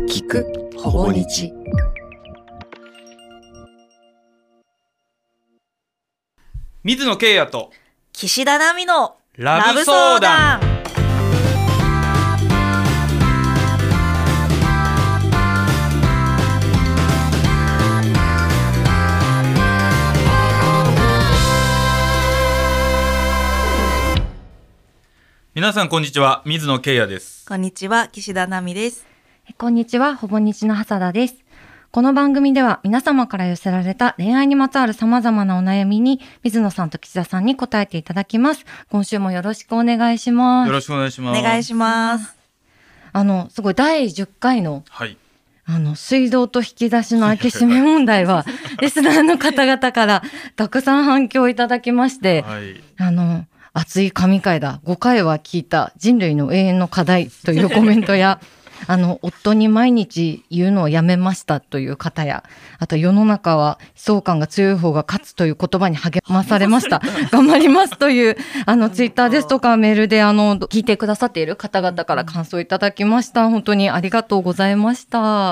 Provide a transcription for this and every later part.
聞くほぼ日。 水野圭也と岸田奈美のラブ相談。皆さんこんにちは、水野圭也です。 こんにちは、岸田奈美です。 こんにちは、ほぼ日の浅田です。この番組では皆様から寄せられた恋愛にまつわる様々なお悩みに水野さんと岸田さんに答えていただきます。今週もよろしくお願いします。 よろしくお願いします。 お願いします。 すごい第10回の、 はい、 水道と引き出しの開け閉め問題はリスナーの方々からたくさん反響いただきまして、 はい、 熱い神回だ、5回は聞いた人類の永遠の課題というコメントや夫に毎日言うのをやめましたという方や、あと世の中は悲壮感が強い方が勝つという言葉に励まされました頑張りますというツイッターですとかメールで聞いてくださっている方々から感想いただきました。本当にありがとうございました。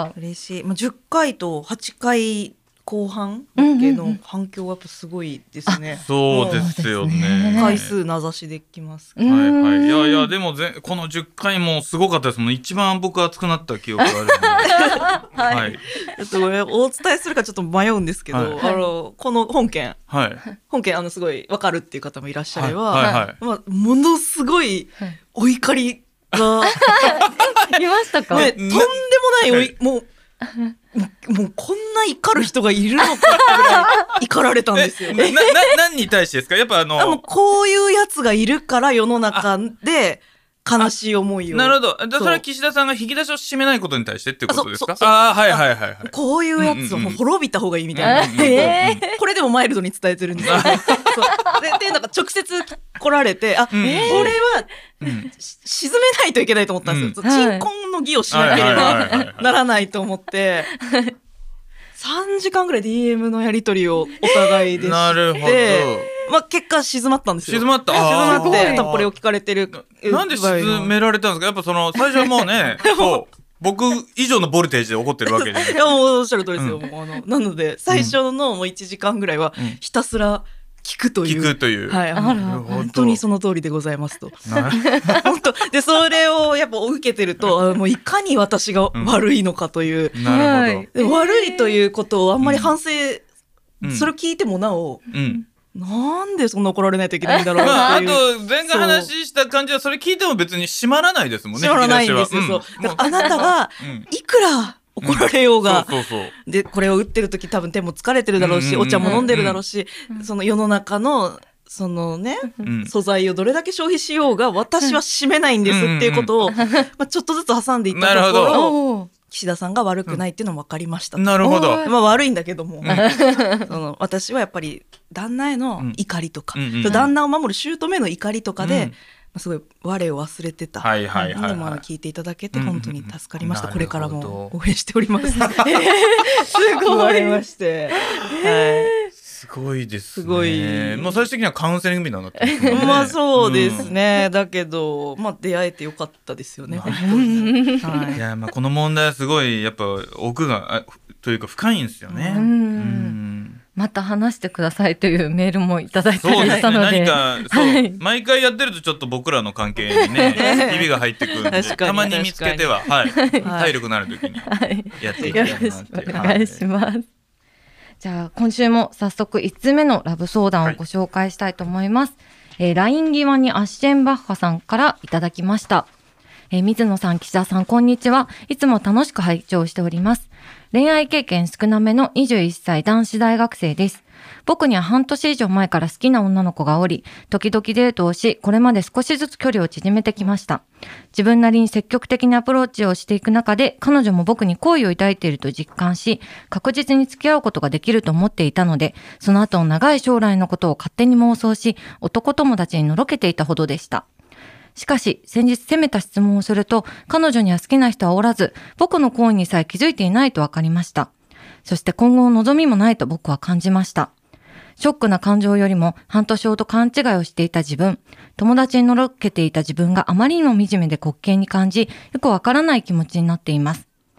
嬉しい。10回と8回後半だけの反響はやっぱすごいですね。 そうですよね。 回数名指しできます。 はいはい。いやでもこの10回もすごかったですもん。一番僕熱くなった記憶があるんではい。これお伝えするかちょっと迷うんですけど、はい、この本件、はい、本件すごい分かるっていう方もいらっしゃれば、はいはいはい、ものすごいお怒りがいましたか？ ね、とんでもないもうこんな怒る人がいるのかってぐらい怒られたんですよ。 何に対してですか？やっぱこういうやつがいるから世の中で悲しい思いを。 なるほど。それは岸田さんが引き出しを閉めないことに対してっていうことですか？はいはいはい。 こういうやつをもう滅びた方がいいみたいな。これでもマイルドに伝えてるんですよ。でなんか直接来られて、これは沈めないといけないと思ったんですよ。鎮魂の儀をしなければならないと思って。3時間ぐらい DM のやり取りをお互いでしてなるほど、 結果静まったんですよ。 静まってタッポレを聞かれてる。 なんで沈められたんですか？やっぱ最初はもうね僕以上のボルテージで怒ってるわけで。 いやもうおっしゃる通りですよ。なので最初のもう1時間ぐらいはひたすら聞くという、はい、本当にその通りでございますと。本当でそれをやっぱ受けてるともういかに私が悪いのかという、 なるほど。 悪いということをあんまり反省、それを聞いてもなお、なんでそんな怒られないといけないんだろうっていう。 あと前回話した感じはそれ聞いても別に閉まらないですもんね。 閉まらないんですよ。だからあなたがいくら怒られようが、でこれを打ってる時多分手も疲れてるだろうし、お茶も飲んでるだろうし、その世の中のそのね、素材をどれだけ消費しようが私は締めないんですっていうことを、ちょっとずつ挟んでいったところ、岸田さんが悪くないっていうのも分かりましたと。 なるほど。 悪いんだけども、私はやっぱり旦那への怒りとか、旦那を守る姑の怒りとかで、すごい我を忘れてた。聞いていただけて本当に助かりました。これからも応援しております。すごいまして。 すごいですね。もう最終的にはカウンセリングみたいになってますね。 まあそうですね。だけど出会えてよかったですよね。 いやこの問題はすごいやっぱ奥がというか深いんですよね。 また話してくださいというメールもいただいたりしたので、 毎回やってるとちょっと僕らの関係にねひびが入ってくるんで、たまに見つけては体力のある時にやっていきたいなって。 お願いします。じゃあ今週も早速5つ目のラブ相談をご紹介したいと思います。LINE 際にアッシェンバッハさんからいただきました。水野さん、岸田さん、こんにちは。いつも楽しく拝聴しております。恋愛経験少なめの21歳男子大学生です。僕には半年以上前から好きな女の子がおり、時々デートをし、これまで少しずつ距離を縮めてきました。自分なりに積極的にアプローチをしていく中で、彼女も僕に好意を抱いていると実感し、確実に付き合うことができると思っていたので、その後の長い将来のことを勝手に妄想し、男友達にのろけていたほどでした。しかし、先日攻めた質問をすると、彼女には好きな人はおらず、僕の行為にさえ気づいていないと分かりました。そして今後の望みもないと僕は感じました。ショックな感情よりも半年ほど勘違いをしていた自分、友達にのろけていた自分があまりにも惨めで滑稽に感じ、よくわからない気持ちになっています。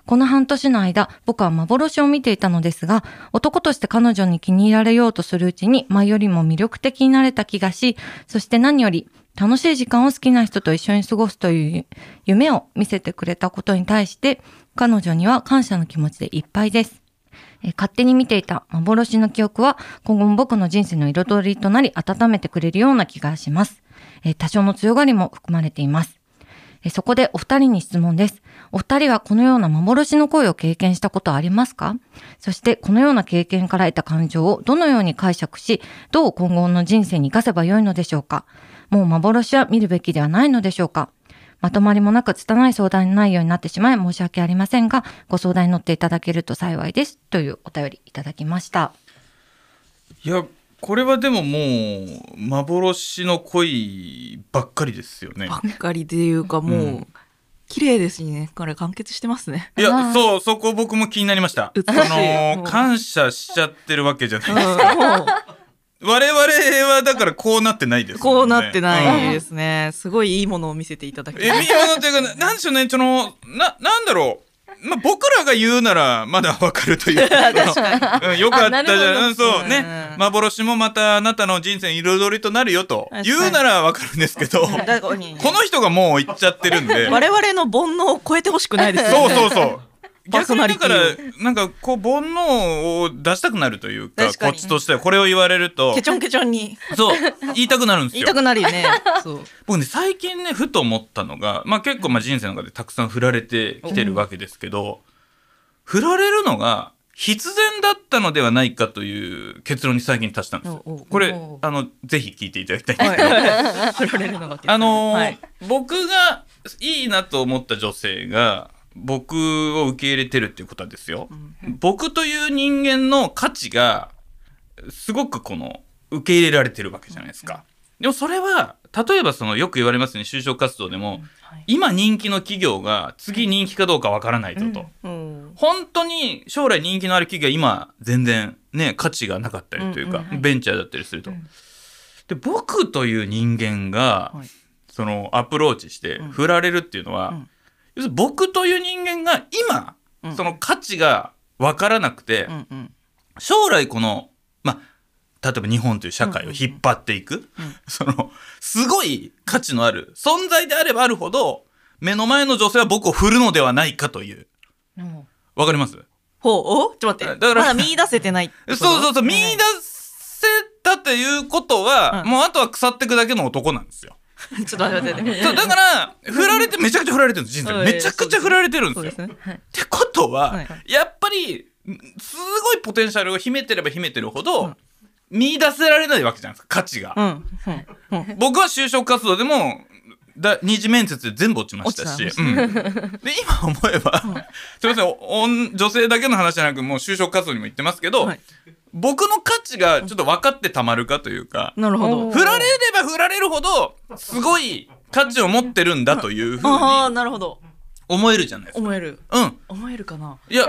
この半年の間、僕は幻を見ていたのですが、男として彼女に気に入られようとするうちに、前よりも魅力的になれた気がし、そして何より、楽しい時間を好きな人と一緒に過ごすという夢を見せてくれたことに対して、彼女には感謝の気持ちでいっぱいです。勝手に見ていた幻の記憶は、今後も僕の人生の彩りとなり、温めてくれるような気がします。多少の強がりも含まれています。そこでお二人に質問です。お二人はこのような幻の恋を経験したことはありますか？そしてこのような経験から得た感情をどのように解釈し、どう今後の人生に生かせばよいのでしょうか？もう幻は見るべきではないのでしょうか？まとまりもなく拙い相談内容になってしまい申し訳ありませんが、ご相談に乗っていただけると幸いです。というお便りいただきました。 いや、これはでももう幻の恋ばっかりですよね。 ばっかりでいうかもう、綺麗ですしね。これ完結してますね。 いや、そこ僕も気になりました。感謝しちゃってるわけじゃないですか。我々はだからこうなってないですもんね。 こうなってないですね。すごいいいものを見せていただきました。 いいものっていうか、なんでしょうね、なんだろう。僕らが言うならまだわかるというか、よかったじゃん。そうね。幻もまたあなたの人生の彩りとなるよと言うならわかるんですけど、この人がもう言っちゃってるんで。 我々の煩悩を超えてほしくないですよね。そう。逆にだからなんかこう煩悩を出したくなるというか、こっちとしてはこれを言われるとケチョンケチョンに言いたくなるんですよ。 言いたくなるよね。そう僕ね、最近ねふと思ったのが、結構人生の中でたくさん振られてきてるわけですけど、振られるのが必然だったのではないかという結論に最近達したんですよ。これぜひ聞いていただきたいんですけど、 振られるのが僕がいいなと思った女性が僕を受け入れてるっていうことはですよ、僕という人間の価値がすごく受け入れられてるわけじゃないですか。でもそれは例えばよく言われますね、就職活動でも、今人気の企業が次人気かどうかわからないぞと、本当に将来人気のある企業は今全然ね価値がなかったりというか、ベンチャーだったりすると、で僕という人間がアプローチして振られるっていうのは、要するに僕という人間が今、その価値が分からなくて、将来例えば日本という社会を引っ張っていく、すごい価値のある存在であればあるほど目の前の女性は僕を振るのではないかという、わかります？ ちょっと待って、だからまだ見出せてないそう見出せたということは、もうあとは腐っていくだけの男なんですよ。 ちょっと待って。 そうだから振られてめちゃくちゃ振られてるんです、人生めちゃくちゃ振られてるんですよ。ってことは、やっぱりすごいポテンシャルを秘めてれば秘めてるほど、見出せられないわけじゃないですか、価値が。僕は就職活動でも二次面接で全部落ちましたし、で今思えば、すいません、女性だけの話じゃなくもう就職活動にも行ってますけど、僕の価値がちょっと分かってたまるかというか、 なるほど、 振られれば振られるほどすごい価値を持ってるんだというふうになるほど思えるじゃないですか。 思えるかな。 いや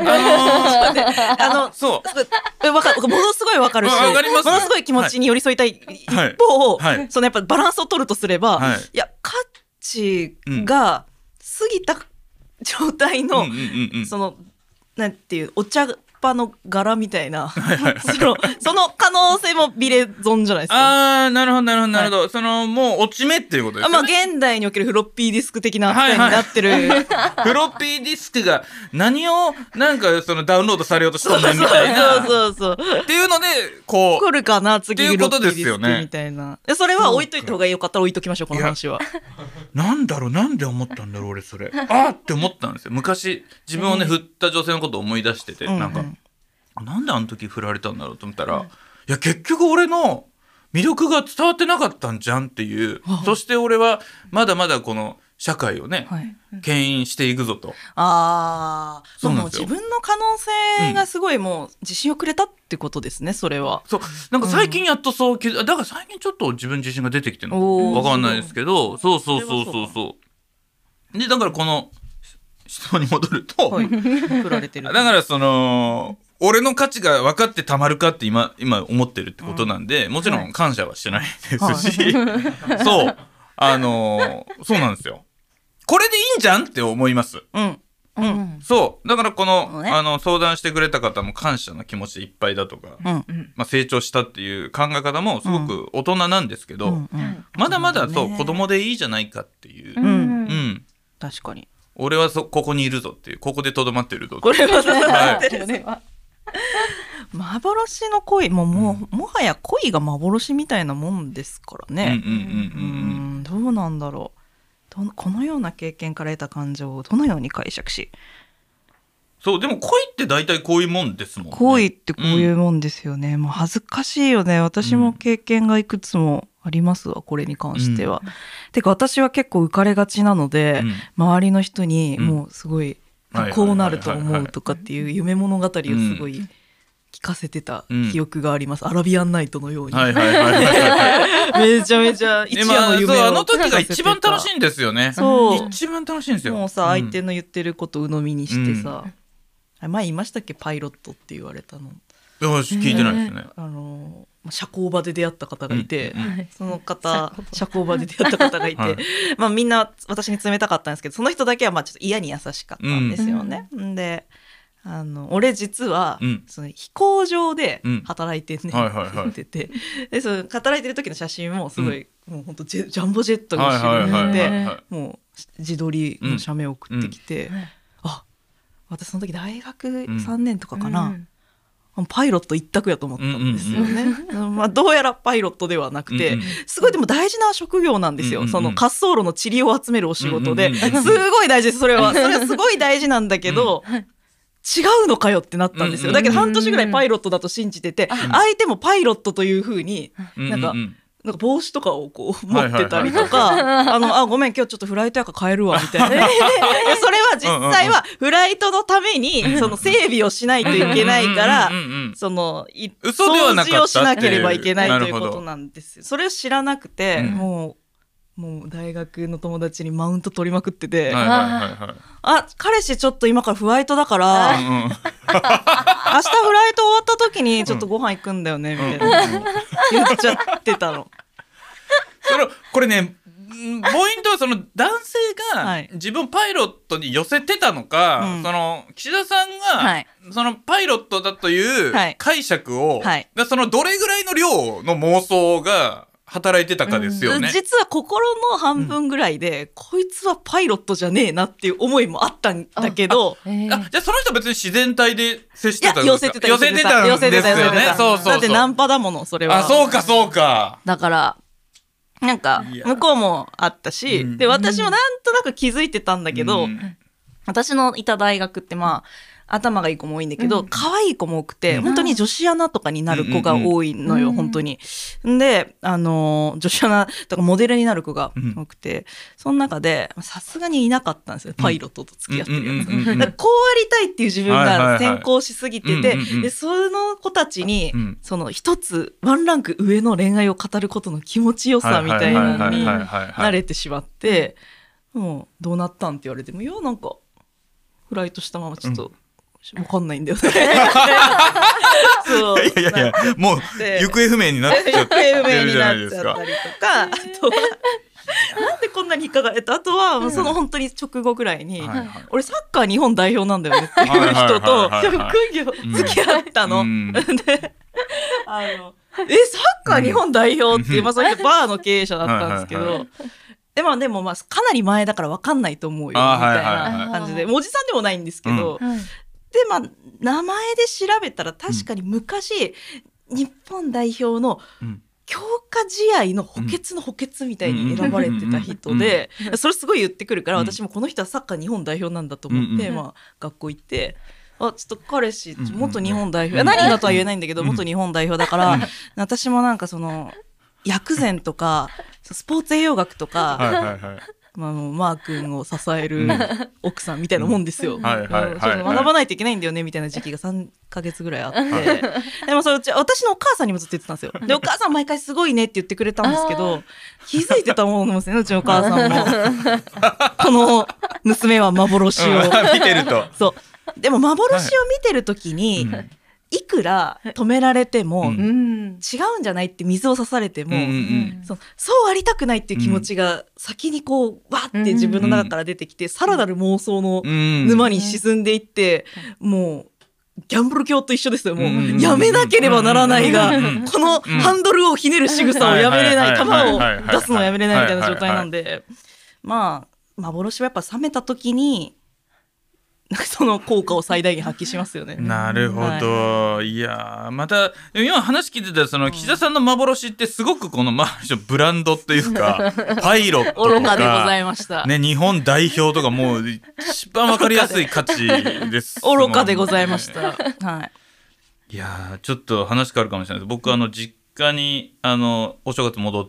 そうわかる、ものすごいわかるし、ものすごい気持ちに寄り添いたい一方、やっぱバランスを取るとすれば、いや価値が過ぎた状態のなんていうお茶葉の柄みたいな、その可能性もビレゾンじゃないですか。 なるほど、もう落ち目っていうことですよね。 現代におけるフロッピーディスク的な扱いになってる、 フロッピーディスクが何をなんかダウンロードされようとしとんねんみたいなそうっていうので来るかな次フロッピーディスクみたいな。それは置いといた方がよかったら置いときましょう、この話は。 なんで思ったんだろう俺それって思ったんですよ。昔自分をね振った女性のことを思い出してて、なんであの時振られたんだろうと思ったら、いや結局俺の魅力が伝わってなかったんじゃんっていう、そして俺はまだまだこの社会をね、牽引していくぞと。 そうもう自分の可能性がすごいもう自信をくれたってことですね、それは。 そうなんか最近やっとだから最近ちょっと自分自信が出てきてるのか分かんないですけど、そうでだからこの質問に戻ると、 振られてる。 だから俺の価値が分かってたまるかって今思ってるってことなんで、もちろん感謝はしてないですし、そうなんですよ。これでいいんじゃんって思います。 そうだからこの、 ね、 相談してくれた方も感謝の気持ちでいっぱいだとか、成長したっていう考え方もすごく大人なんですけど、まだまだそう子供でいいじゃないかっていう、 確かに俺はここにいるぞっていう、ここでとどまってるぞこれはとどまってるね、幻の恋もはや恋が幻みたいなもんですからね。どうなんだろう、このような経験から得た感情をどのように解釈し、 そうでも恋って大体こういうもんですもんね。 恋ってこういうもんですよね、もう恥ずかしいよね。私も経験がいくつもありますわ、これに関しては。てか私は結構浮かれがちなので、周りの人にもうすごい、こうなると思うとかっていう夢物語をすごい聞かせてた記憶があります、アラビアンナイトのように。めちゃめちゃ一夜の夢をあの時が一番楽しいんですよね。そう一番楽しいんですよ。 もうさ、相手の言ってることを鵜呑みにしてさ、前言いましたっけ、パイロットって言われたの。 聞いてないですね。 社交場で出会った方がいて、その方社交場で出会った方がいて、みんな私に冷たかったんですけど、その人だけはちょっと嫌に優しかったんですよね。で俺実は、その飛行場で働いてねってて、でその働いてる時の写真もすごい、もう本当ジャンボジェットが後ろにいて、もう自撮りの写メを送ってきて、私その時大学3年とかかな、パイロット一択やと思ったんですよね。どうやらパイロットではなくて、すごいでも大事な職業なんですよ。その滑走路の塵を集めるお仕事で、すごい大事です。それはすごい大事なんだけど、違うのかよってなったんですよ。だけど半年ぐらいパイロットだと信じてて、相手もパイロットという風になんか帽子とかをこう持ってたりとか、ごめん今日ちょっとフライトやから帰るわみたいな。それは実際はフライトのためにその整備をしないといけないから、その嘘ではなかったっていう、 掃除をしなければいけないということなんですよ。それを知らなくて、もう大学の友達にマウント取りまくってて、彼氏ちょっと今からフライトだから、明日フライト終わった時にちょっとご飯行くんだよねみたいな言っちゃってたの。 これね、ポイントはその男性が自分パイロットに寄せてたのか、その岸田さんがそのパイロットだという解釈を、そのどれぐらいの量の妄想が働いてたかですよね。 実は心の半分ぐらいで、こいつはパイロットじゃねえなっていう思いもあったんだけど、 じゃあその人は別に自然体で接してたんですか？ 寄せてたんですよね。だってナンパだものそれは。 そうか。 だからなんか向こうもあったし、で私もなんとなく気づいてたんだけど、私のいた大学って頭がいい子も多いんだけど、可愛い子も多くて、本当に女子アナとかになる子が多いのよ、本当に。で、女子アナとかモデルになる子が多くて、その中でさすがにいなかったんですよ、パイロットと付き合ってるやつ。こうありたいっていう自分が先行しすぎてて、でその子たちにその一つワンランク上の恋愛を語ることの気持ちよさみたいなのに慣れてしまって、もうどうなったんって言われても、いやなんかフライトしたままちょっと分かんないんだよね。そういやもう行方不明になっちゃってるじゃないですか。 あとはなんでこんなに引っかかれた、あとはその本当に直後ぐらいに、俺サッカー日本代表なんだよねっていう人と職業付き合ったの。でサッカー日本代表っていう、その人バーの経営者だったんですけど、でもかなり前だから分かんないと思うよみたいな感じで、おじさんでもないんですけど、で名前で調べたら確かに昔、日本代表の強化試合の補欠の補欠みたいに選ばれてた人で、それすごい言ってくるから、私もこの人はサッカー日本代表なんだと思って、学校行って、ちょっと彼氏元日本代表、何がとは言えないんだけど元日本代表だから、私もなんかその薬膳とかスポーツ栄養学とか、マー君を支える奥さんみたいなもんですよ。学ばないといけないんだよねみたいな時期が3ヶ月ぐらいあって、でもそれ私のお母さんにもずっと言ってたんですよ。でお母さん毎回すごいねって言ってくれたんですけど、気づいてたもんですよね、うちのお母さんも。この娘は幻を見てると。 そうでも幻を見てる時に、 いくら止められても、違うんじゃないって水を刺されても、そうありたくないっていう気持ちが先にこうわって自分の中から出てきて、さらなる妄想の沼に沈んでいって、もうギャンブル教と一緒ですよ。もうやめなければならないが、このハンドルをひねる仕草をやめれない、球を出すのをやめれないみたいな状態なんで、まあ幻はやっぱ冷めた時にその効果を最大限発揮しますよね。 なるほど、はい、いやまた今話聞いてたその岸田さんの幻ってすごくこのブランドっていうかパイロットとか愚かでございました、 ね、日本代表とかもう一番わかりやすい価値です愚かでございました、はい、 いやちょっと話変わるかもしれないです。僕実家にお正月戻って、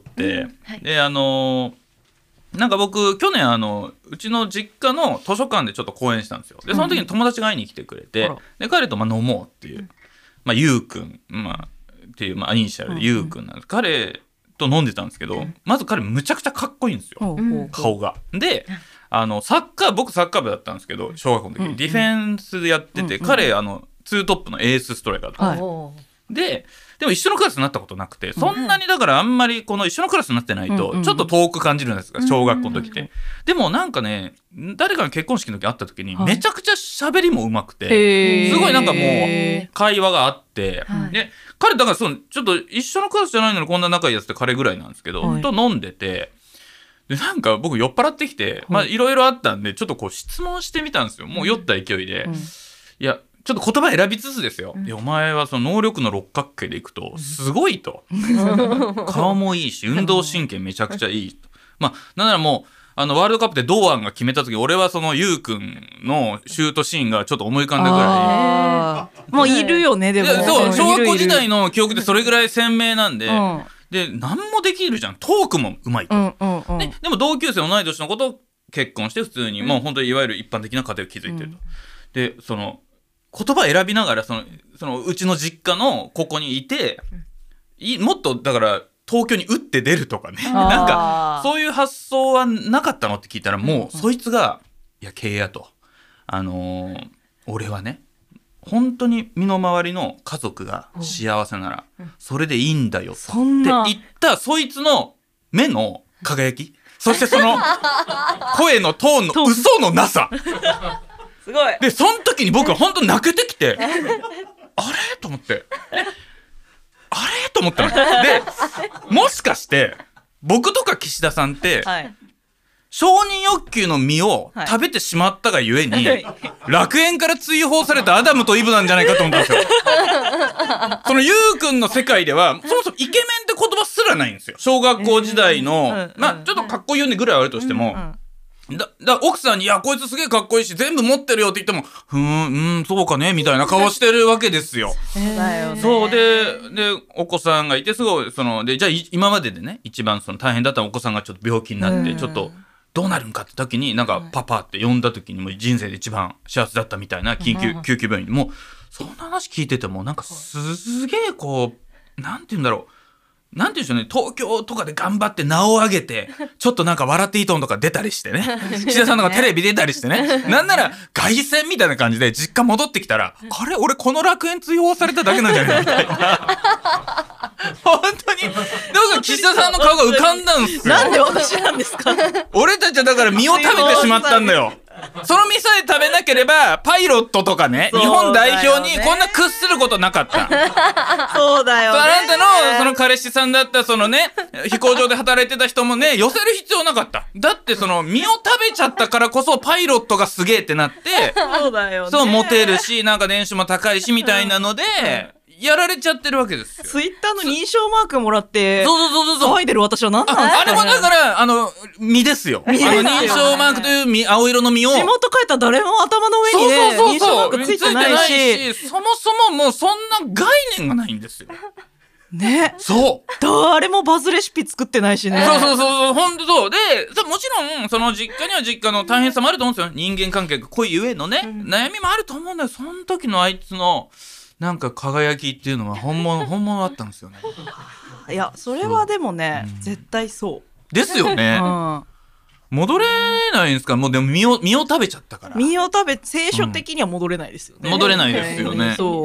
はい、でなんか僕去年うちの実家の図書館でちょっと講演したんですよ。でその時に友達が会いに来てくれて、で彼と飲もうっていう、ゆうくん、っていう、イニシャルでゆうくんなんです。彼と飲んでたんですけど、まず彼むちゃくちゃかっこいいんですよ、顔が。で僕サッカー部だったんですけど、小学校の時にディフェンスでやってて、彼ツートップのエースストライカーだったんですよ。でも一緒のクラスになったことなくて、そんなにだからあんまりこの一緒のクラスになってないとちょっと遠く感じるんですが、小学校の時って。でもなんかね、誰かの結婚式の時会った時にめちゃくちゃ喋りも上手くて、すごいなんかもう会話があって、で彼だからちょっと一緒のクラスじゃないのにこんな仲いいやつって彼ぐらいなんですけど、と飲んでて、でなんか僕酔っ払ってきて、いろいろあったんでちょっとこう質問してみたんですよ。もう酔った勢いで、いやちょっと言葉選びつつですよ、いやお前はその能力の六角形でいくとすごいと、顔もいいし運動神経めちゃくちゃいいと、なんならもうワールドカップで堂安が決めた時、俺はそのゆうくんのシュートシーンがちょっと思い浮かんだぐらい、 もういるよね。でもそう小学校時代の記憶でそれぐらい鮮明なんで、で何もできるじゃん、トークもうまいと、でも同級生同い年の子と結婚して普通にもう本当にいわゆる一般的な家庭を築いてると、でその言葉選びながらそのうちの実家のここにいて、もっとだから東京に打って出るとかね、なんかそういう発想はなかったのって聞いたら、もうそいつがいや経営やと、俺はね本当に身の回りの家族が幸せならそれでいいんだよって言ったそいつの目の輝き、そしてその声のトーンの嘘のなさすごい。 でその時に僕は本当泣けてきてあれと思ってあれと思ったので、もしかして僕とか岸田さんって、承認欲求の実を食べてしまったがゆえに、楽園から追放されたアダムとイブなんじゃないかと思ったんですよ。そのゆうくんの世界ではそもそもイケメンって言葉すらないんですよ。小学校時代のちょっとかっこいいよねぐらいはあるとしても、だ奥さんにいやこいつすげえかっこいいし全部持ってるよって言ってもそうかねみたいな顔してるわけですよ。そうでお子さんがいて、すごいでじゃあ今まででね一番大変だったお子さんがちょっと病気になって、ちょっとどうなるんかって時になんかパパって呼んだ時にもう人生で一番幸せだったみたいな救急病院でもうそんな話聞いててもなんかすげえこうなんて言うんだろう、なんて言うんでしょうね、東京とかで頑張って名を上げてちょっとなんか笑っていいとんとか出たりしてね岸田さんとかテレビ出たりしてねなんなら凱旋みたいな感じで実家戻ってきたらあれ俺この楽園追放されただけなんじゃないみたいな本当にでも岸田さんの顔が浮かんだんすよ。 なんで私なんですか俺たちはだから身を食べてしまったんだよ。その身さえ食べなければパイロットとかね、日本代表にこんな屈することなかった。 そうだよね。 あなたのその彼氏さんだったそのね飛行場で働いてた人もね寄せる必要なかった。だってその身を食べちゃったからこそパイロットがすげえってなってそうだよね。 そうモテるしなんか年収も高いしみたいなのでやられちゃってるわけですよ。 ツイッターの認証マークもらってそう騒いでる私は何なんですかね。 あれもだから実ですよ。認証マークという実、青色の実を地元帰ったら誰も頭の上にね認証マークついてないし、 そもそももうそんな概念がないんですよね。 そう誰もバズレシピ作ってないしね。 そう本当そうでもちろんその実家には実家の大変さもあると思うんですよ。人間関係が濃いゆえのね、悩みもあると思うんだよ。その時のあいつのなんか輝きっていうのは本物だったんですよね。 いやそれはでもね、絶対そうですよね、戻れないんですか。もうでも身を食べちゃったから。 身を食べ聖書的には戻れないですよね、 戻れないですよね、 そう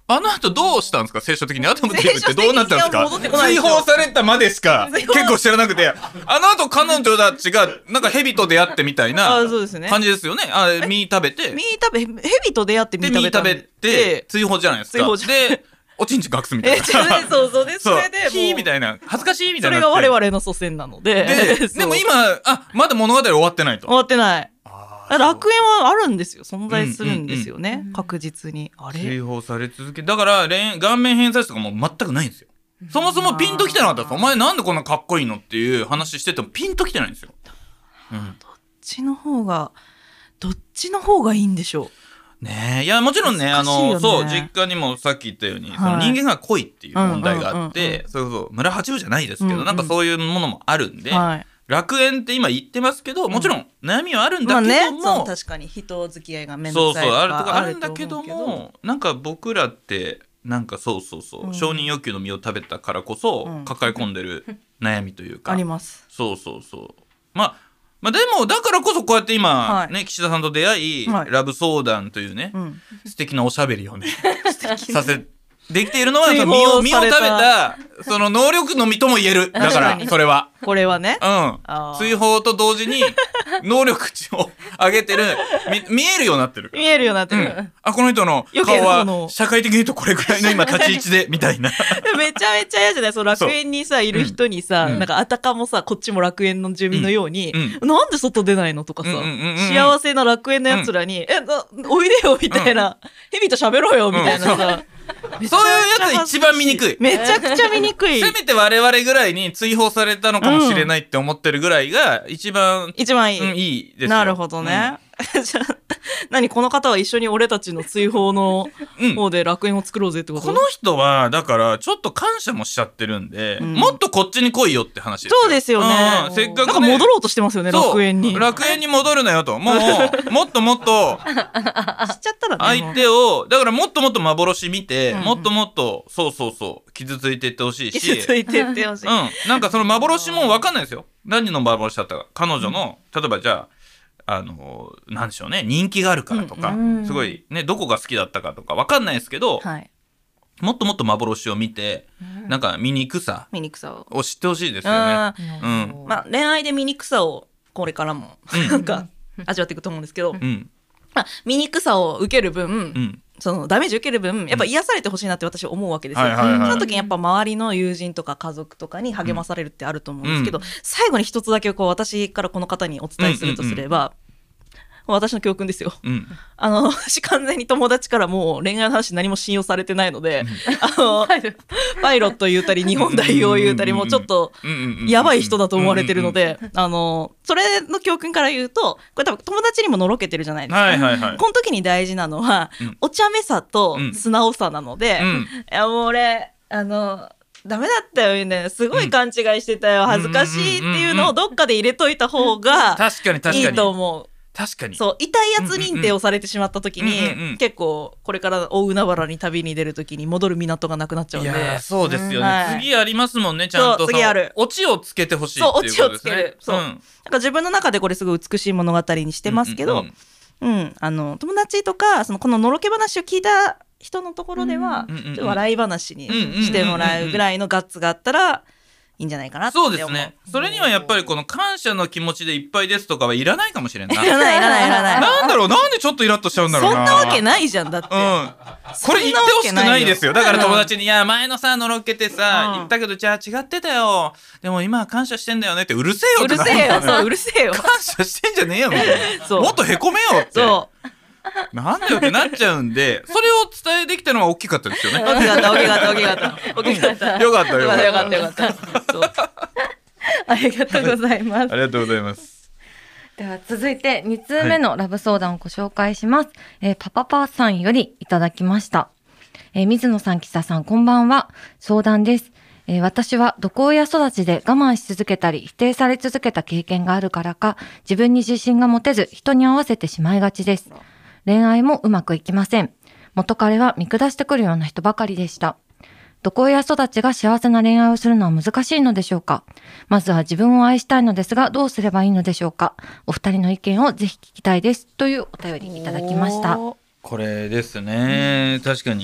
あの後どうしたんですか、聖書的にアダムとイブってどうなったんですか。 聖書的には戻ってこない追ですよ放されたまでしか結構知らなくて、あの後彼女たちがなんか蛇と出会ってみたいなそうですね感じですよね。実食べて蛇と出会ってで実食べて追放じゃないですか。 追放じゃでおちんちん隠すみたいなそうでそれでもうヒーみたいな恥ずかしいみたいな。 それが我々の祖先なのででも今まだ物語終わってないと。 終わってない。楽園はあるんですよ、存在するんですよね、確実に。あれ追放され続けだから顔面偏差値とかも全くないんですよ。そもそもピンときてなかったです。お前なんでこんなかっこいいのっていう話しててもピンときてないんですよ。 どっちの方がいいんでしょうね。いやもちろんね、そう実家にもさっき言ったように、その人間が濃いっていう問題があって、それこそ村八分じゃないですけど、なんかそういうものもあるんで、楽園って今言ってますけど、もちろん悩みはあるんだけども、 確かに人付き合いがめんどくさいとかあるんだけども、なんか僕らってなんかそう承認欲求の実を食べたからこそ抱え込んでる悩みというか、 あります。 そうまあでもだからこそこうやって今ね、岸田さんと出会い、ラブ相談というね、素敵なおしゃべりをねさせできているのは、実を食べたその能力の実とも言える。だからそれはこれはね、 追放と同時に能力値を上げてる見えるようになってる。 見えるようになってる、 この人の顔は社会的に言うとこれぐらいの今立ち位置でみたいなめちゃめちゃ嫌じゃない。その楽園にさいる人にさ、なんかあたかもさこっちも楽園の住民のように、なんで外出ないのとかさ、幸せな楽園のやつらに、おいでよみたいな、蛇と喋ろうよみたいなさ、 そういうやつ一番見にくい。 めちゃくちゃ見にくい。 せめて我々ぐらいに追放されたのかもしれないって思ってるぐらいが一番いいですよ。 なるほどね。何この方は一緒に俺たちの追放の方で楽園を作ろうぜってこと？ この人はだからちょっと感謝もしちゃってるんで、もっとこっちに来いよって話ですよ。 そうですよね。 せっかくね、 なんか戻ろうとしてますよね、楽園に。 楽園に戻るなよと。もっともっと知っちゃったらね、相手をだからもっともっと幻見て、もっともっと傷ついていってほしいし、 傷ついていってほしい。 なんかその幻も分かんないですよ。何の幻だったか。彼女の例えばじゃあなんでしょうね、人気があるからとか、すごいね、どこが好きだったかとか分かんないですけど、もっともっと幻を見て、なんか醜さを知ってほしいですよね。 まあ恋愛で醜さをこれからもなんか味わっていくと思うんですけど、醜さを受ける分、そのダメージ受ける分やっぱ癒されてほしいなって私は思うわけですよ。その時にやっぱ周りの友人とか家族とかに励まされるってあると思うんですけど、最後に一つだけこう私からこの方にお伝えするとすれば、私の教訓ですよ。私完全に友達からもう恋愛の話何も信用されてないので、パイロット言うたり日本代表言うたりもうちょっとやばい人だと思われてるので、それの教訓から言うと、これ多分友達にものろけてるじゃないですか。この時に大事なのはお茶目さと素直さなので、いやもう俺ダメだったよね、すごい勘違いしてたよ、恥ずかしいっていうのをどっかで入れといた方がいいと思う。 確かにそう、痛いやつ認定をされてしまった時に、結構これから大海原に旅に出る時に戻る港がなくなっちゃうんで。 いやそうですよね、次ありますもんね、ちゃんと。 次ある。 オチをつけてほしいっていうことですね。 そう、オチをつける。そう、なんか自分の中でこれすごい美しい物語にしてますけど、友達とかこののろけ話を聞いた人のところでは、笑い話にしてもらうぐらいのガッツがあったらいいんじゃないかなって思う。 そうですね。それにはやっぱりこの感謝の気持ちでいっぱいですとかはいらないかもしれない。 いらない。 なんだろう、なんでちょっとイラッとしちゃうんだろうな。 そんなわけないじゃん、だって。 これ言ってほしくないですよ。だから友達に、いや前のさのろけてさ、言ったけどじゃあ違ってたよ。でも今は感謝してんだよねって、うるせえよって。 うるせえよ。そう、うるせえよ。 感謝してんじゃねえよみたいな。もっとへこめよって。そう。なんだよってなっちゃうんで、それを伝えできたのは大きかったですよね。 大きかった。 よかった。 ありがとうございます。 ありがとうございます。 では続いて2通目のラブ相談をご紹介します。パパパさんよりいただきました。水野さん、岸田さん、こんばんは。相談です。私は毒親育ちで我慢し続けたり否定され続けた経験があるからか、自分に自信が持てず人に合わせてしまいがちです。恋愛もうまくいきません。元彼は見下してくるような人ばかりでした。毒親育ちが幸せな恋愛をするのは難しいのでしょうか。まずは自分を愛したいのですが、どうすればいいのでしょうか。お二人の意見をぜひ聞きたいです。というお便りいただきました。 これですね、確かに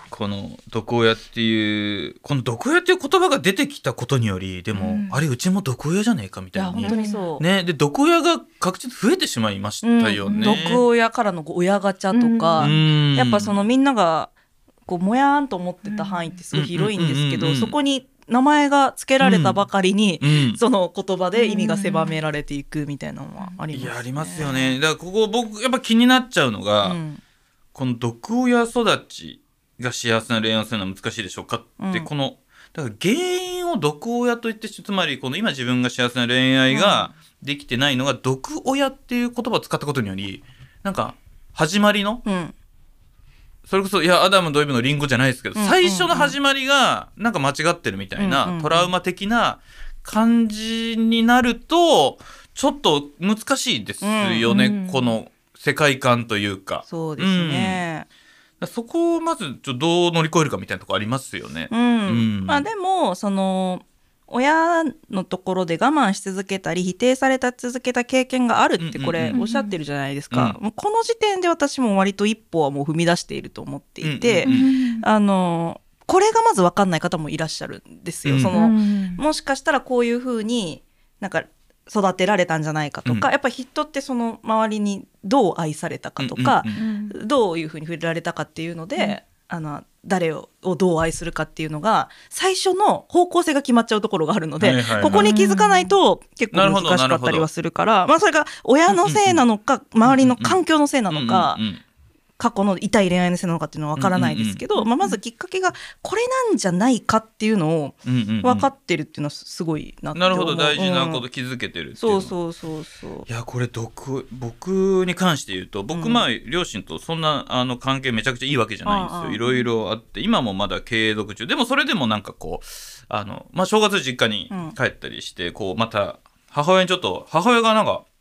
この毒親っていうこの毒親っていう言葉が出てきたことによりでも、あれうちも毒親じゃねえかみたいに、 本当にそうね、で毒親が確実に増えてしまいましたよね、 毒親からの親ガチャとか、やっぱそのみんながこうもやーんと思ってた範囲ってすごい広いんですけど、そこに名前が付けられたばかりに、その言葉で意味が狭められていくみたいなのはありますね。 いやありますよね。だからここ僕やっぱ気になっちゃうのが、この毒親育ちが幸せな恋愛をするのは難しいでしょうかって、このだから原因を毒親といって、つまりこの今自分が幸せな恋愛ができてないのが毒親っていう言葉を使ったことにより、なんか始まりの、それこそいやアダムとイブのリンゴじゃないですけど、最初の始まりがなんか間違ってるみたいな、トラウマ的な感じになるとちょっと難しいですよね、この世界観というか。 そうですね、 そこをまずどう乗り越えるかみたいなところありますよね。 まあでもその親のところで我慢し続けたり否定され続けた経験があるってこれおっしゃってるじゃないですか。もうこの時点で私も割と一歩はもう踏み出していると思っていて、これがまず分かんない方もいらっしゃるんですよ。そのもしかしたらこういうふうになんか育てられたんじゃないかとか、やっぱり人ってその周りにどう愛されたかとか、どういうふうに触れられたかっていうので、誰をどう愛するかっていうのが最初の方向性が決まっちゃうところがあるので、ここに気づかないと結構難しかったりはするから、まあそれが親のせいなのか周りの環境のせいなのか、過去の痛い恋愛のせいなのかっていうのは分からないですけど、まずきっかけがこれなんじゃないかっていうのを分かってるっていうのはすごいなって思う。 なるほど、大事なこと気づけてるっていうの。 そういやこれ僕に関して言うと、僕両親とそんな関係めちゃくちゃいいわけじゃないんですよ。いろいろあって今もまだ継続中でも、それでもなんかこう正月実家に帰ったりして、こうまた母親がなんか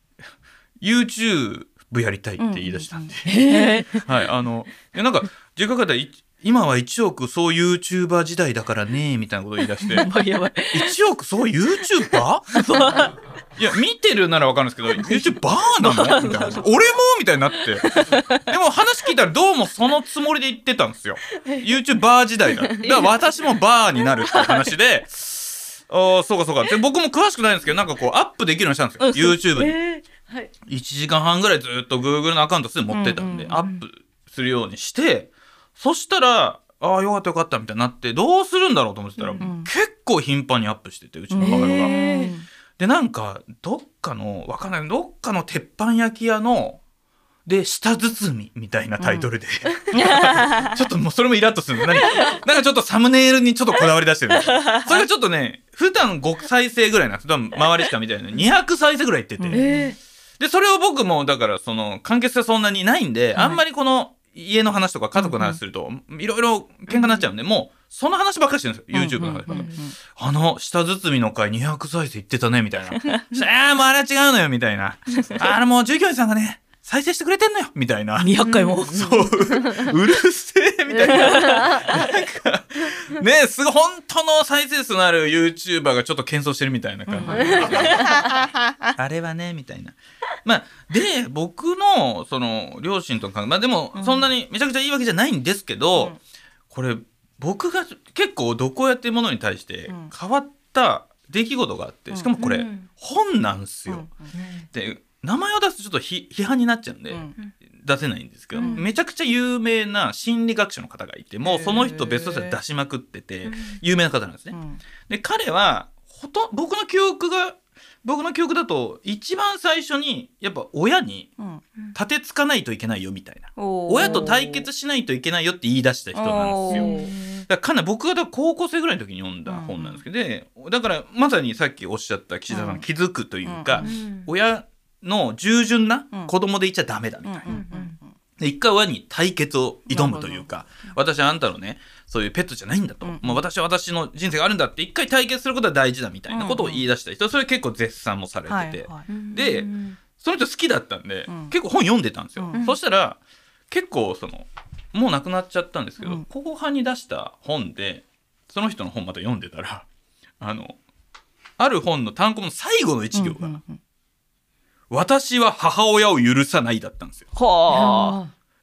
YouTubeやりたいって言い出したんで、なんか実家から今は1億そう YouTuber 時代だからねみたいなことを言い出してやばい 1億そう YouTuber? いや見てるなら分かるんですけど YouTuber なのみたいな、俺もみたいになって、でも話聞いたらどうもそのつもりで言ってたんですよ。 YouTuber 時代だから私もバーになるっていう話でそうかで僕も詳しくないんですけど、なんかこうアップできるようにしたんですよ、YouTube に。1時間半ぐらいずっと Google のアカウントすぐ持ってたんで、アップするようにして、そしたらよかったみたいになって、どうするんだろうと思ってたら、結構頻繁にアップしてて、うちの母親が。でなんかどっかの鉄板焼き屋ので舌包みみたいなタイトルで、ちょっともうそれもイラッとする。なんかちょっとサムネイルにちょっとこだわり出してるんですよ。それがちょっとね普段5再生ぐらいなんです。周りしか見たいな200再生ぐらいいってて、でそれを僕もだからその関係性そんなにないんで、あんまりこの家の話とか家族の話するといろいろ喧嘩になっちゃうんで、もうその話ばっかりしてるんですよ、YouTube の話ばっかり。舌包みの回200再生いってたねみたいなもうあれは違うのよみたいな、もう従業員さんがね再生してくれてんのよみたいな、 200回もそううるせえみたいななんかね、すごい本当の再生数のある YouTuber がちょっと謙遜してるみたいな感じ、あれはねみたいな。で僕のその両親とかでもそんなにめちゃくちゃいいわけじゃないんですけど、これ僕が結構毒親っていうものに対して変わった出来事があって、しかもこれ本なんですよ。で名前を出すとちょっと批判になっちゃうんで出せないんですけど、めちゃくちゃ有名な心理学者の方がいて、もうその人ベストセラー出しまくってて有名な方なんですね。で彼は僕の記憶だと一番最初にやっぱ親に立てつかないといけないよみたいな、親と対決しないといけないよって言い出した人なんですよ。だから僕が高校生ぐらいの時に読んだ本なんですけど、だからまさにさっきおっしゃった岸田さん気づくというか、親の従順な子供でいちゃダメだみたいな、で一回親に対決を挑むというか、私はあんたのねそういうペットじゃないんだと、もう私は私の人生があるんだって一回対決することは大事だみたいなことを言い出した人、それ結構絶賛もされてて、でその人好きだったんで、結構本読んでたんですよ。そしたら結構もう亡くなっちゃったんですけど、後半に出した本でその人の本また読んでたら、ある本の単行の最後の一行が、私は母親を許さないだったんですよ。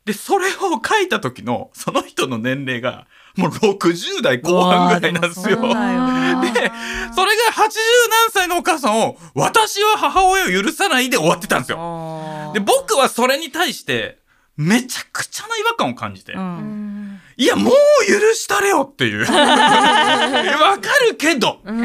でそれを書いた時のその人の年齢がもう60代後半ぐらいなんですよ。でそれが80何歳のお母さんを私は母親を許さないで終わってたんですよ。で僕はそれに対してめちゃくちゃな違和感を感じて、いやもう許したれよっていうわかるけど、もう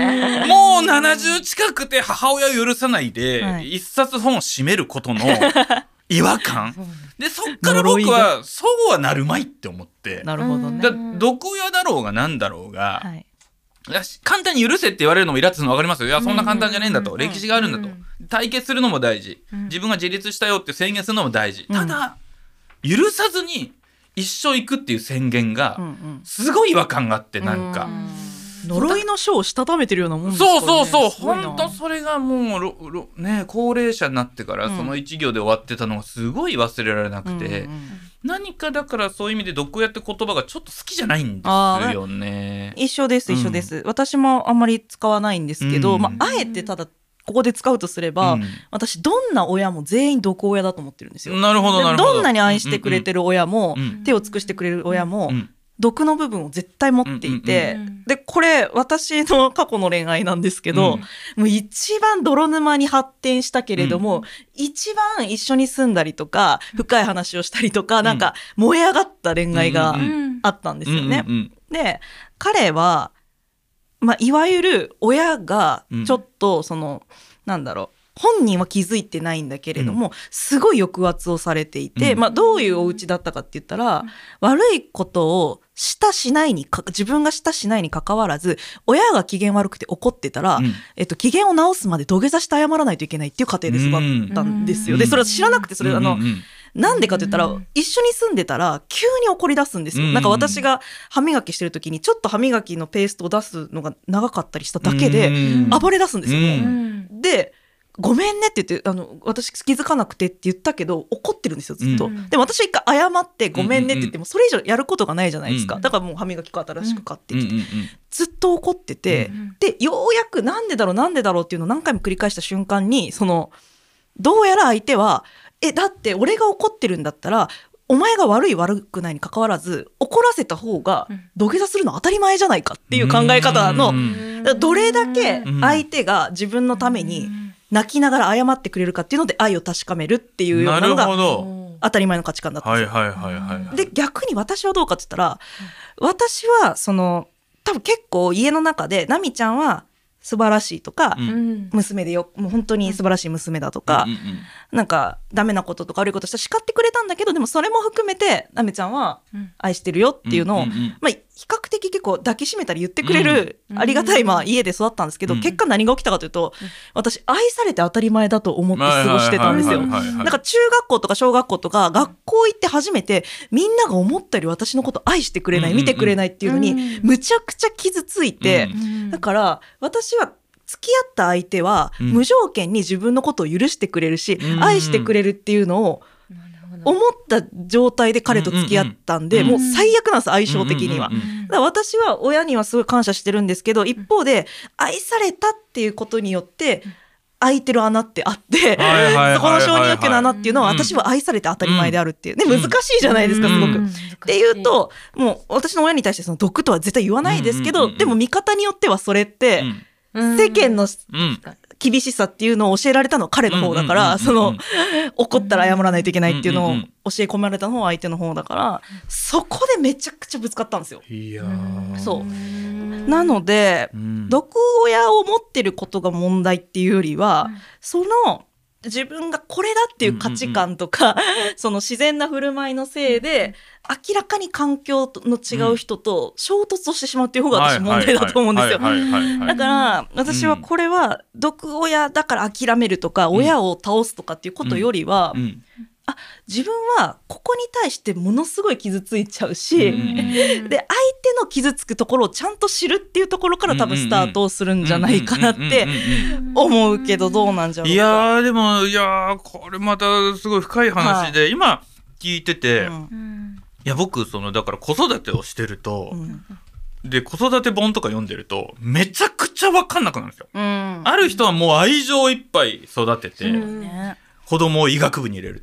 70近くて母親を許さないで、一冊本を閉めることの違和感で、そっから僕はそうはなるまいって思って、 なるほどね。 毒親だろうがなんだろうが、簡単に許せって言われるのもイラッとするの分かりますよ。いやそんな簡単じゃねえんだと、歴史があるんだと、対決するのも大事、自分が自立したよって宣言するのも大事、ただ許さずに一生行くっていう宣言がすごい違和感があって、なんか呪いの書をしたためてるようなもんですからね。 そう本当それがもうね、高齢者になってからその一行で終わってたのがすごい忘れられなくて、何かだからそういう意味で毒親って言葉がちょっと好きじゃないんですよね。 一緒です、私もあんまり使わないんですけど、あえてただここで使うとすれば、私どんな親も全員毒親だと思ってるんですよ。 なるほどどんなに愛してくれてる親も、手を尽くしてくれる親も、毒の部分を絶対持っていて、でこれ私の過去の恋愛なんですけど、もう一番泥沼に発展したけれども、一番一緒に住んだりとか深い話をしたりとか、なんか燃え上がった恋愛があったんですよね。で彼はいわゆる親がちょっとなんだろう、本人は気づいてないんだけれども、すごい抑圧をされていて、どういうお家だったかって言ったら、悪いことを自分がしたしないに関わらず、親が機嫌悪くて怒ってたら、機嫌を直すまで土下座して謝らないといけないっていう家庭で育ったんですよ。でそれは知らなくて、それなんでかって言ったら、一緒に住んでたら急に怒り出すんですよ。なんか私が歯磨きしてる時にちょっと歯磨きのペーストを出すのが長かったりしただけで暴れ出すんですよ。でごめんねって言って、私気づかなくてって言ったけど怒ってるんですよずっと。でも私は一回謝ってごめんねって言ってもそれ以上やることがないじゃないですか。だからもう歯磨き粉新しく買ってきて、ずっと怒ってて、でようやくなんでだろうっていうのを何回も繰り返した瞬間に、どうやら相手はだって俺が怒ってるんだったらお前が悪くないに関わらず怒らせた方が土下座するの当たり前じゃないかっていう考え方の、どれだけ相手が自分のために泣きながら謝ってくれるかっていうので愛を確かめるっていうようなのが当たり前の価値観だったんですよ。で逆に私はどうかって言ったら、私は多分結構家の中でナミちゃんは素晴らしいとか、娘でもう本当に素晴らしい娘だとか、なんかダメなこととか悪いことしたら叱ってくれたんだけど、でもそれも含めてナミちゃんは愛してるよっていうのを、比較的結構抱きしめたり言ってくれる、ありがたい家で育ったんですけど、結果何が起きたかというと、私愛されて当たり前だと思って過ごしてたんですよ。なんか中学校とか小学校とか学校行って初めてみんなが思ったより私のこと愛してくれない、見てくれないっていうのにむちゃくちゃ傷ついて、だから私は付き合った相手は無条件に自分のことを許してくれるし、愛してくれるっていうのを思った状態で彼と付き合ったんで、もう最悪なんです、相性的には。だから私は親にはすごい感謝してるんですけど、一方で愛されたっていうことによって空いてる穴ってあって、そこの承認欲求の穴っていうのは私は愛されて当たり前であるっていうね、難しいじゃないですかすごく。っていうと、もう私の親に対して毒とは絶対言わないですけど、でも見方によってはそれって世間の厳しさっていうのを教えられたのは彼の方だから、怒ったら謝らないといけないっていうのを教え込まれたのは相手の方だから、そこでめちゃくちゃぶつかったんですよ。そうなので、毒親を持ってることが問題っていうよりは、自分がこれだっていう価値観とか、その自然な振る舞いのせいで明らかに環境の違う人と衝突をしてしまうっていう方が私問題だと思うんですよ。だから私はこれは毒親だから諦めるとか、親を倒すとかっていうことよりは、自分はここに対してものすごい傷ついちゃうし、で相手の傷つくところをちゃんと知るっていうところから多分スタートをするんじゃないかなって思うけど、どうなんじゃろうか。 でもこれまたすごい深い話で、今聞いてて、僕だから子育てをしてると、で子育て本とか読んでるとめちゃくちゃ分かんなくなるんですよ。ある人はもう愛情いっぱい育てて、子供を医学部に入れると。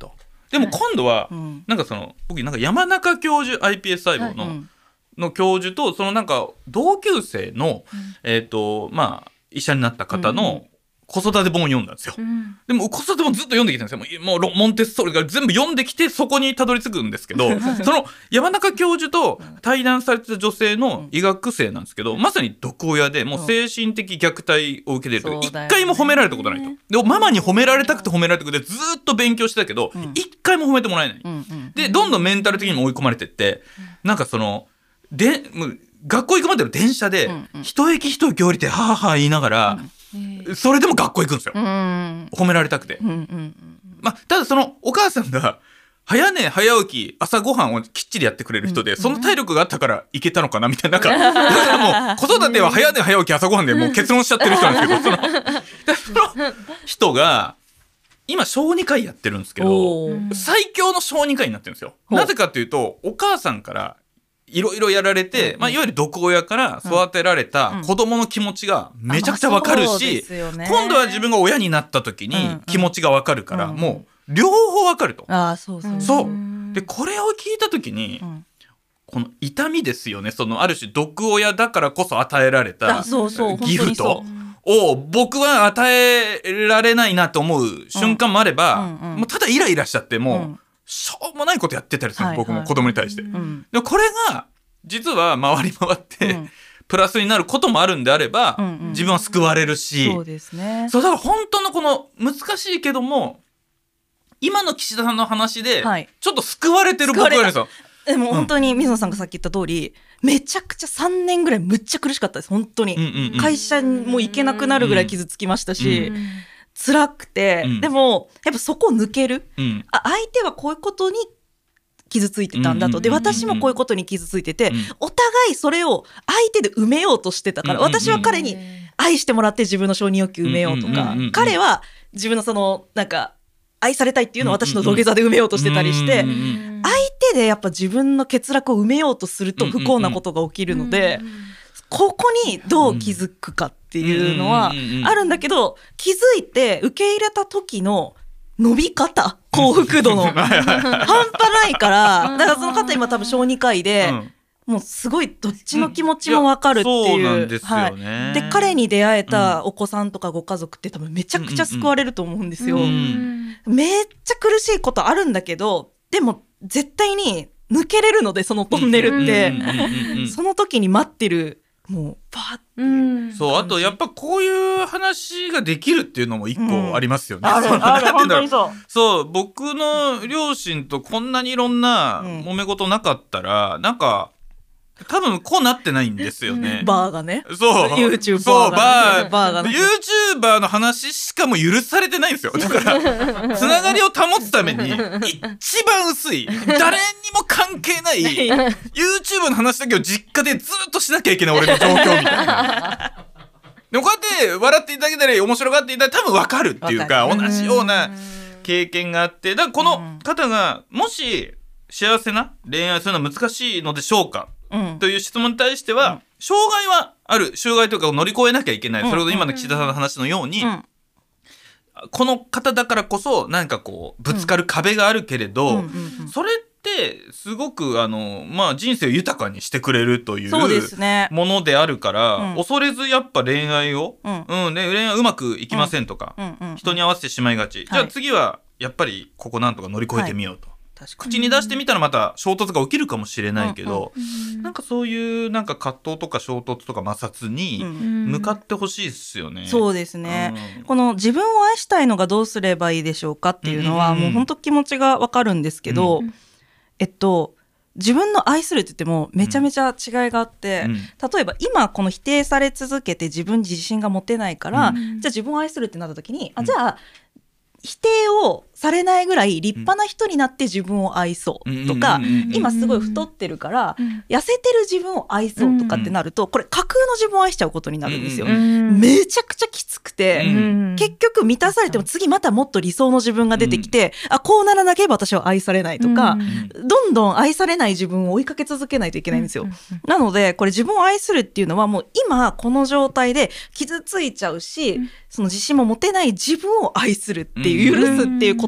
でも今度は、なんか僕なんか山中教授 iPS 細胞の教授とそのなんか同級生の、まあ医者になった方の子育て本を読んだんですよ。でも子育て本ずっと読んできたんですよ。もうモンテッソーリから全部読んできてそこにたどり着くんですけどその山中教授と対談されてた女性の医学生なんですけど、まさに毒親でもう精神的虐待を受けてると一回も褒められたことないと。でママに褒められたくて褒められたくてずっと勉強してたけど一回も褒めてもらえない。でどんどんメンタル的にも追い込まれてってなんかもう学校行くまでの電車で一駅一駅降りてはぁはぁ言いながらそれでも学校行くんですよ、褒められたくて、まあ、ただお母さんが早寝早起き朝ごはんをきっちりやってくれる人でその体力があったから行けたのかなみたいな、なんかもう子育ては早寝早起き朝ごはんでもう結論しちゃってる人なんですけどその人が今小児科医やってるんですけど最強の小児科医になってるんですよ。なぜかというとお母さんからいろいろやられて、まあ、いわゆる毒親から育てられた子供の気持ちがめちゃくちゃわかるし、今度は自分が親になった時に気持ちがわかるから、もう両方わかると。そうでこれを聞いた時に、この痛みですよね。ある種毒親だからこそ与えられたギフトを僕は与えられないなと思う瞬間もあれば、もうただイライラしちゃってもうしょうもないことやってたりする、僕も子供に対して、でもこれが実は回り回って、プラスになることもあるんであれば、自分は救われるし、 そうですね。 そうだから本当のこの難しいけども今の岸田さんの話でちょっと救われてる僕がいるんですよ。 でも本当に水野さんがさっき言った通り、めちゃくちゃ3年ぐらいむっちゃ苦しかったです本当に、会社も行けなくなるぐらい傷つきましたし、辛くて、でもやっぱそこを抜ける、相手はこういうことに傷ついてたんだと、で私もこういうことに傷ついてて、お互いそれを相手で埋めようとしてたから、私は彼に愛してもらって自分の承認欲求埋めようとか、彼は自分のなんか愛されたいっていうのを私の土下座で埋めようとしてたりして、相手でやっぱ自分の欠落を埋めようとすると不幸なことが起きるので、ここにどう気づくかっていうのはあるんだけど、気づいて受け入れた時の伸び方、幸福度の半端ないから、だからその方今多分小児科医で、もうすごいどっちの気持ちも分かるっていう、 そうなんですよね。 で彼に出会えたお子さんとかご家族って多分めちゃくちゃ救われると思うんですよ、めっちゃ苦しいことあるんだけど、でも絶対に抜けれるので、そのトンネルってその時に待ってる、もうバーってそう、あとやっぱこういう話ができるっていうのも一個ありますよね、 ある本当にそう僕の両親とこんなにいろんな揉め事なかったら、なんか多分こうなってないんですよね。 バーがね。 そう。 YouTuber がね。 YouTuber の話しかも許されてないんですよ。だからつながりを保つために一番薄い、誰にも関係ない YouTube の話だけを実家でずっとしなきゃいけない俺の状況みたいな。でもこうやって笑っていただけたり面白がっていただいたら多分分かるっていうか、同じような経験があって、だからこの方がもし幸せな恋愛するのは難しいのでしょうか、という質問に対しては、障害はある、障害とかを乗り越えなきゃいけない、それほど今の岸田さんの話のように、この方だからこそ何かこうぶつかる壁があるけれど、それってすごく人生を豊かにしてくれるというものであるから、恐れずやっぱ恋愛を、恋愛うまくいきませんとか、人に合わせてしまいがち、じゃあ次はやっぱりここなんとか乗り越えてみようと、口に出してみたらまた衝突が起きるかもしれないけど、なんかそういうなんか葛藤とか衝突とか摩擦に向かってほしいですよね。 そうですね、この自分を愛したいのがどうすればいいでしょうかっていうのは、もう本当気持ちがわかるんですけど、自分の愛するって言ってもめちゃめちゃ違いがあって、例えば今この否定され続けて自分に自信が持てないから、じゃあ自分を愛するってなった時に、じゃあ否定をされないぐらい立派な人になって自分を愛そうとか、今すごい太ってるから痩せてる自分を愛そうとかってなると、これ架空の自分を愛しちゃうことになるんですよ。めちゃくちゃきつくて、結局満たされても次またもっと理想の自分が出てきて、こうならなければ私は愛されないとか、どんどん愛されない自分を追いかけ続けないといけないんですよ。なのでこれ自分を愛するっていうのは、もう今この状態で傷ついちゃうし、その自信も持てない自分を愛するっていう、許すっていうこ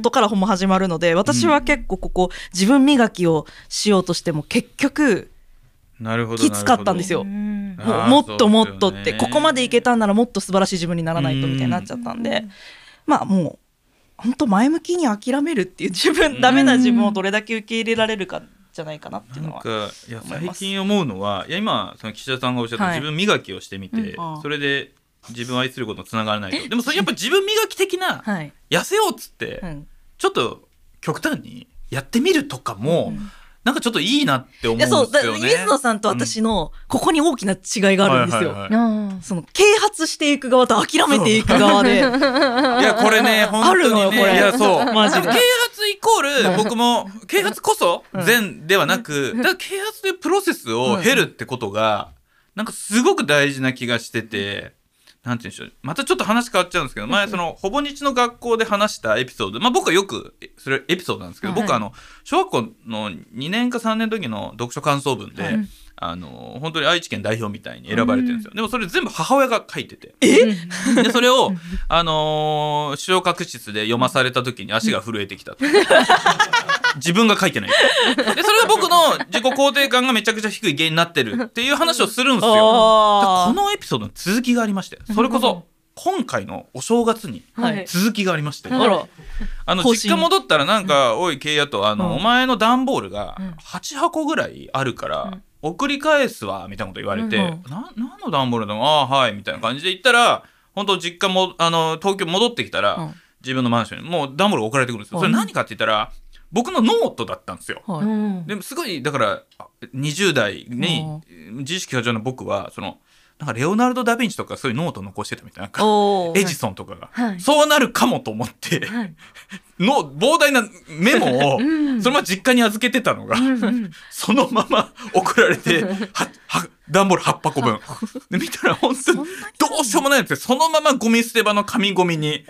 ことからほんま始まるので、私は結構ここ自分磨きをしようとしても結局きつかったんですよ。もっともっとって、ここまでいけたんならもっと素晴らしい自分にならないとみたいになっちゃったんで、まあもう本当前向きに諦めるっていうダメな自分をどれだけ受け入れられるかじゃないかなっていうのは。 いや最近思うのは、いや今その岸田さんがおっしゃった自分磨きをしてみて、それで自分を愛することにつながらないと。でもそれやっぱ自分磨き的な痩せようっつって、ちょっと極端にやってみるとかも、なんかちょっといいなって思うんですよね。 水野さんと私のここに大きな違いがあるんですよ。その啓発していく側と諦めていく側で。いやこれね本当にね、あるのよこれ。いやそうマジで。啓発イコール僕も啓発こそ善ではなく、だから啓発というプロセスを経るってことがなんかすごく大事な気がしてて。なんて言うんでしょう、またちょっと話変わっちゃうんですけど、前そのほぼ日の学校で話したエピソード、まあ僕はよくそれエピソードなんですけど、僕は小学校の2年か3年の時の読書感想文で、本当に愛知県代表みたいに選ばれてるんですよ。でもそれ全部母親が書いてて、でそれを視覚室で読まされた時に足が震えてきたと。自分が書いてない。でそれが僕の自己肯定感がめちゃくちゃ低い原因になってるっていう話をするんですよ。このエピソードの続きがありまして、それこそ今回のお正月に続きがありまして、実家戻ったらなんか、おいケイヤとお前の段ボールが8箱ぐらいあるから送り返すわみたいなこと言われて、何の段ボールだろう、はいみたいな感じで言ったら、本当実家も東京戻ってきたら、自分のマンションにもう段ボール送られてくるんですよ。それ何かって言ったら僕のノートだったんですよ。でもすごいだから20代に自意識過剰な僕はなんかレオナルド・ダ・ヴィンチとかそういうノート残してたみたいな、エジソンとかが、そうなるかもと思って、の膨大なメモをそのまま実家に預けてたのが、そのまま送られて段ボール8箱分で見たら本当にどうしようもないんですよ。そのままゴミ捨て場の紙ゴミに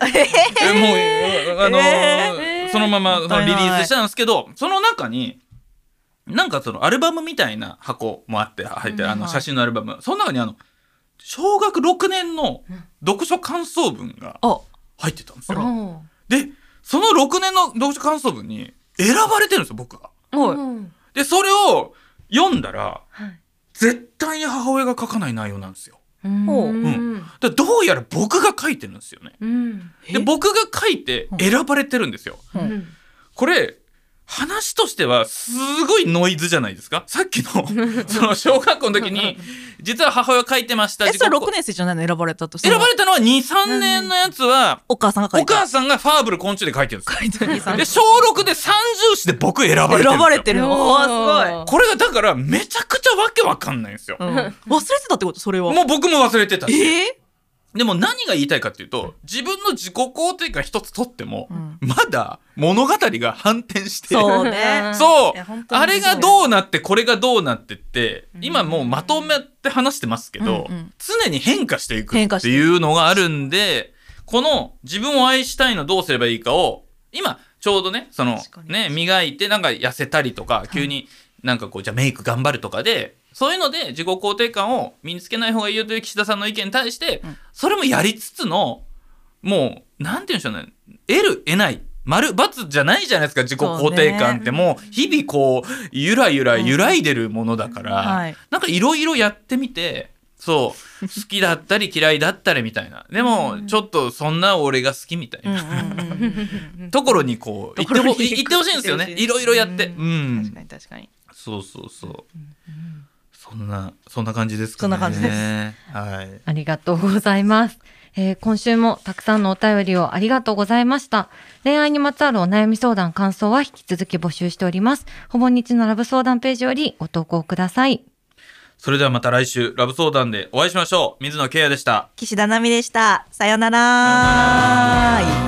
そのままリリースしたんですけど、その中になんかアルバムみたいな箱もあって入ってる写真のアルバム、その中に小学6年の読書感想文が入ってたんですよ。でその6年の読書感想文に選ばれてるんですよ僕が。でそれを読んだら、絶対に母親が書かない内容なんですよ。だどうやら僕が書いてるんですよね。で僕が書いて選ばれてるんですよ。これ話としてはすごいノイズじゃないですか。さっきのその小学校の時に実は母親書いてました。 それ6年生じゃないの選ばれたと。 選ばれたのは 2,3 年のやつはお母さんが書いてる。 お母さんがファーブル昆虫で書いてるんですよ。で小6で三重詩で僕選ばれてるんですよ。 選ばれてるの。すごい。 これがだからめちゃくちゃわけわかんないんですよ。 忘れてたってこと？それはもう僕も忘れてたし。でも何が言いたいかっていうと、自分の自己肯定感一つとっても、まだ物語が反転して、 そうね。 そう、あれがどうなってこれがどうなってって、今もうまとめて話してますけど、常に変化していくっていうのがあるんで、この自分を愛したいのどうすればいいかを、今ちょうどね、磨いてなんか痩せたりとか、急になんかじゃあメイク頑張るとかで、そういうので自己肯定感を身につけない方がいいよという岸田さんの意見に対して、それもやりつつの、もうなんて言うんでしょうね、得る得ない丸×じゃないじゃないですか。自己肯定感ってもう日々ゆらゆら揺らいでるものだから、なんかいろいろやってみて、そう好きだったり嫌いだったりみたいな、でもちょっとそんな俺が好きみたいなところに行ってほしいんですよね。いろいろやって、確かに確かに。 そう、そんな感じですかね。 そんな感じです。 はい。 ありがとうございます。今週もたくさんのお便りをありがとうございました。恋愛にまつわるお悩み相談、感想は引き続き募集しております。ほぼ日のラブ相談ページよりご投稿ください。 それではまた来週ラブ相談でお会いしましょう。水野圭也でした。 岸田奈美でした。さよなら。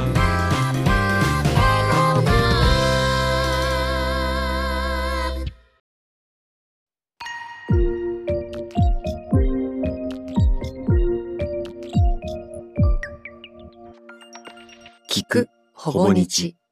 聞くほぼ日。